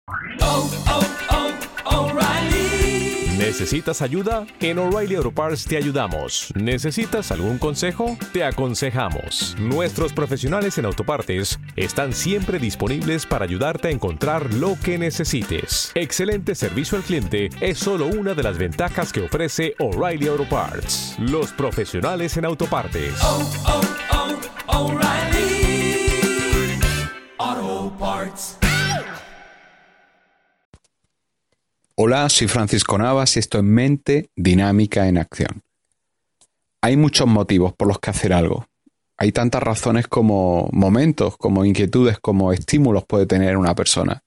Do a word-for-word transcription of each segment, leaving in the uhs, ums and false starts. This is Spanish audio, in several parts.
Oh, oh, oh, O'Reilly. ¿Necesitas ayuda? En O'Reilly Auto Parts te ayudamos. ¿Necesitas algún consejo? Te aconsejamos. Nuestros profesionales en autopartes están siempre disponibles para ayudarte a encontrar lo que necesites. Excelente servicio al cliente es solo una de las ventajas que ofrece O'Reilly Auto Parts. Los profesionales en autopartes. Oh, oh, oh, O'Reilly Auto Parts. Hola, soy Francisco Navas y esto es Mente Dinámica en Acción. Hay muchos motivos por los que hacer algo. Hay tantas razones como momentos, como inquietudes, como estímulos puede tener una persona.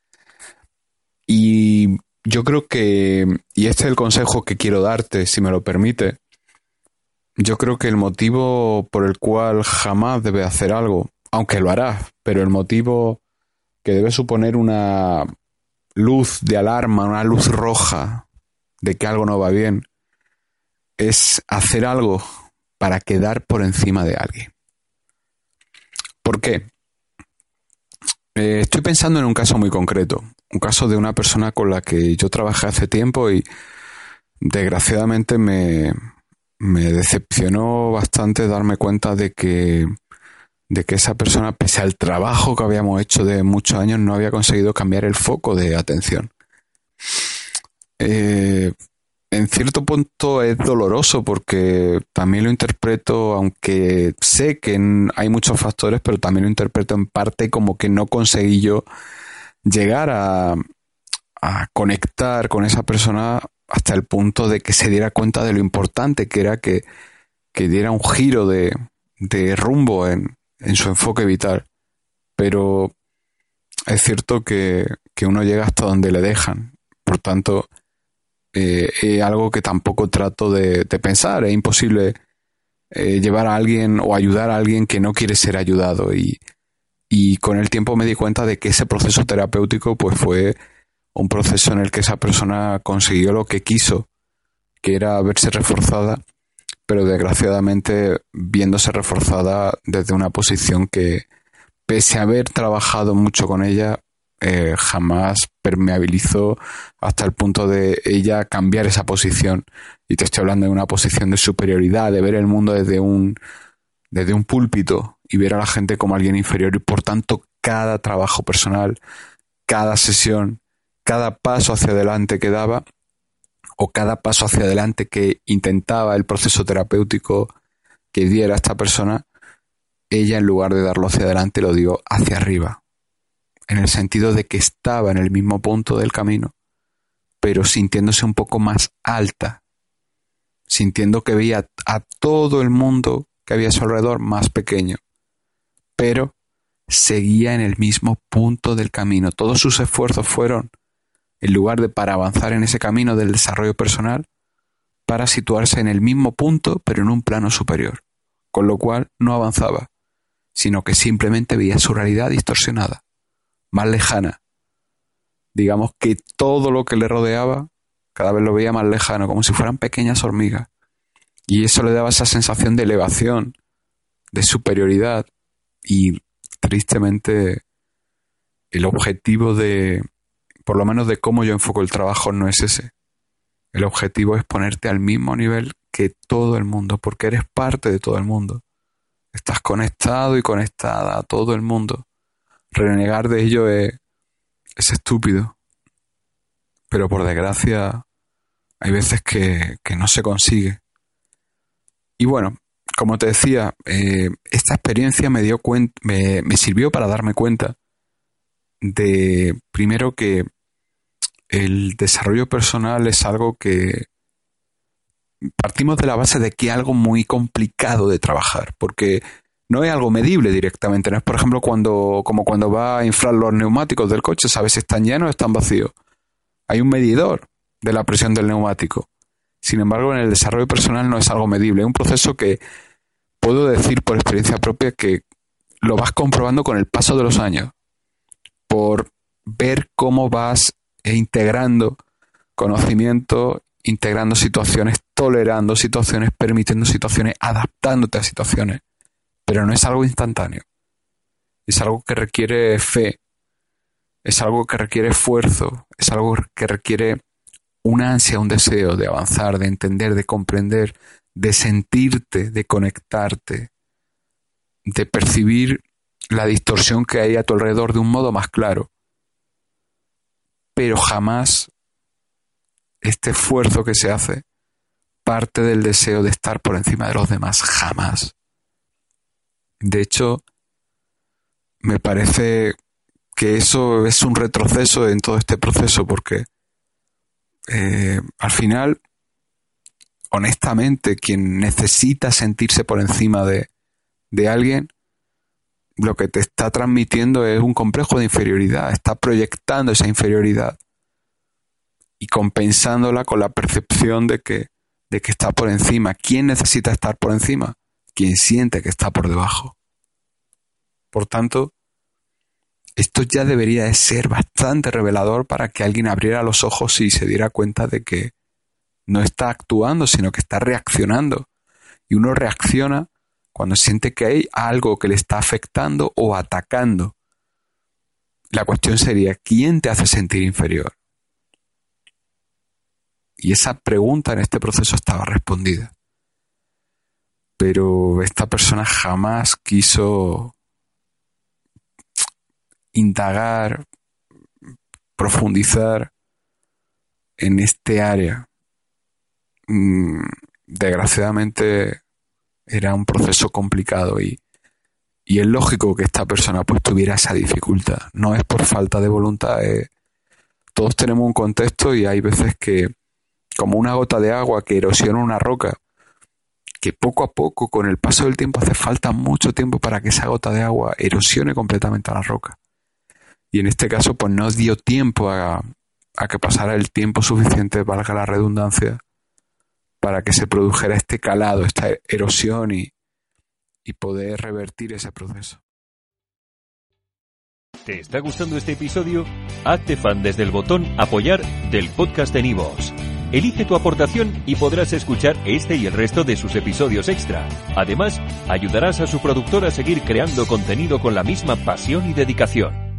Y yo creo que, y este es el consejo que quiero darte, si me lo permite, yo creo que el motivo por el cual jamás debes hacer algo, aunque lo harás, pero el motivo que debe suponer una luz de alarma, una luz roja de que algo no va bien, es hacer algo para quedar por encima de alguien. ¿Por qué? Eh, estoy pensando en un caso muy concreto, un caso de una persona con la que yo trabajé hace tiempo y desgraciadamente me, me decepcionó bastante darme cuenta de que de que esa persona, pese al trabajo que habíamos hecho de muchos años, no había conseguido cambiar el foco de atención. Eh, en cierto punto es doloroso porque también lo interpreto, aunque sé que hay muchos factores, pero también lo interpreto en parte como que no conseguí yo llegar a, a conectar con esa persona hasta el punto de que se diera cuenta de lo importante que era que, que diera un giro de, de rumbo en en su enfoque vital, pero es cierto que, que uno llega hasta donde le dejan, por tanto eh, es algo que tampoco trato de, de pensar, es imposible eh, llevar a alguien o ayudar a alguien que no quiere ser ayudado y, y con el tiempo me di cuenta de que ese proceso terapéutico pues fue un proceso en el que esa persona consiguió lo que quiso, que era verse reforzada, pero desgraciadamente viéndose reforzada desde una posición que, pese a haber trabajado mucho con ella, eh, jamás permeabilizó hasta el punto de ella cambiar esa posición. Y te estoy hablando de una posición de superioridad, de ver el mundo desde un, desde un púlpito y ver a la gente como alguien inferior. Y por tanto, cada trabajo personal, cada sesión, cada paso hacia adelante que daba, o cada paso hacia adelante que intentaba el proceso terapéutico que diera esta persona, ella en lugar de darlo hacia adelante lo dio hacia arriba, en el sentido de que estaba en el mismo punto del camino, pero sintiéndose un poco más alta, sintiendo que veía a todo el mundo que había a su alrededor más pequeño, pero seguía en el mismo punto del camino. Todos sus esfuerzos fueron, en lugar de para avanzar en ese camino del desarrollo personal, para situarse en el mismo punto, pero en un plano superior. Con lo cual no avanzaba, sino que simplemente veía su realidad distorsionada, más lejana. Digamos que todo lo que le rodeaba, cada vez lo veía más lejano, como si fueran pequeñas hormigas. Y eso le daba esa sensación de elevación, de superioridad. Y tristemente, el objetivo de... por lo menos de cómo yo enfoco el trabajo, no es ese. El objetivo es ponerte al mismo nivel que todo el mundo, porque eres parte de todo el mundo. Estás conectado y conectada a todo el mundo. Renegar de ello es, es estúpido. Pero por desgracia, hay veces que, que no se consigue. Y bueno, como te decía, eh, esta experiencia me dio cuen- me, me sirvió para darme cuenta de, primero, que el desarrollo personal es algo que partimos de la base de que es algo muy complicado de trabajar, porque no es algo medible directamente. No es, por ejemplo, cuando como cuando vas a inflar los neumáticos del coche, sabes si están llenos o están vacíos. Hay un medidor de la presión del neumático. Sin embargo, en el desarrollo personal no es algo medible. Es un proceso que puedo decir por experiencia propia que lo vas comprobando con el paso de los años, por ver cómo vas e integrando conocimiento, integrando situaciones, tolerando situaciones, permitiendo situaciones, adaptándote a situaciones. Pero no es algo instantáneo. Es algo que requiere fe, es algo que requiere esfuerzo, es algo que requiere una ansia, un deseo de avanzar, de entender, de comprender, de sentirte, de conectarte, de percibir la distorsión que hay a tu alrededor de un modo más claro. Pero jamás este esfuerzo que se hace parte del deseo de estar por encima de los demás, jamás. De hecho, me parece que eso es un retroceso en todo este proceso, porque eh, al final, honestamente, quien necesita sentirse por encima de, de alguien, lo que te está transmitiendo es un complejo de inferioridad, está proyectando esa inferioridad y compensándola con la percepción de que, de que está por encima. ¿Quién necesita estar por encima? Quien siente que está por debajo. Por tanto, esto ya debería de ser bastante revelador para que alguien abriera los ojos y se diera cuenta de que no está actuando, sino que está reaccionando. Y uno reacciona cuando siente que hay algo que le está afectando o atacando. La cuestión sería, ¿quién te hace sentir inferior? Y esa pregunta en este proceso estaba respondida. Pero esta persona jamás quiso indagar, profundizar en este área. Mm, desgraciadamente era un proceso complicado y, y es lógico que esta persona pues tuviera esa dificultad. No es por falta de voluntad. Eh. Todos tenemos un contexto y hay veces que, como una gota de agua que erosiona una roca, que poco a poco, con el paso del tiempo, hace falta mucho tiempo para que esa gota de agua erosione completamente a la roca. Y en este caso, pues no dio tiempo a, a que pasara el tiempo suficiente, valga la redundancia, para que se produjera este calado, esta erosión y, y poder revertir ese proceso. ¿Te está gustando este episodio? Hazte fan desde el botón Apoyar del podcast de Nivos. Elige tu aportación y podrás escuchar este y el resto de sus episodios extra. Además, ayudarás a su productor a seguir creando contenido con la misma pasión y dedicación.